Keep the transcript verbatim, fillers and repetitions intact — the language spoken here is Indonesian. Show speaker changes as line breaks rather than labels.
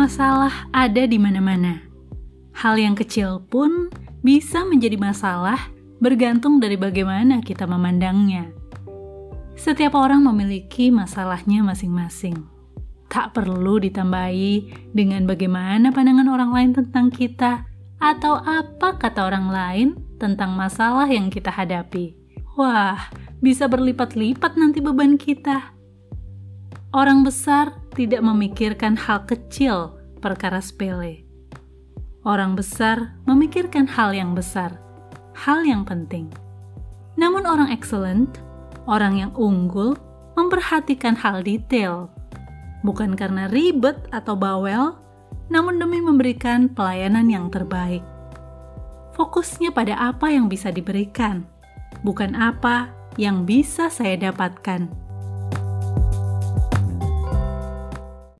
Masalah ada di mana-mana. Hal yang kecil pun bisa menjadi masalah bergantung dari bagaimana kita memandangnya. Setiap orang memiliki masalahnya masing-masing. Tak perlu ditambahi dengan bagaimana pandangan orang lain tentang kita atau apa kata orang lain tentang masalah yang kita hadapi. Wah, bisa berlipat-lipat nanti beban kita. Orang besar tidak memikirkan hal kecil, perkara sepele. Orang besar memikirkan hal yang besar, hal yang penting. Namun orang excellent, orang yang unggul, memperhatikan hal detail. Bukan karena ribet atau bawel, namun demi memberikan pelayanan yang terbaik. Fokusnya pada apa yang bisa diberikan, bukan apa yang bisa saya dapatkan.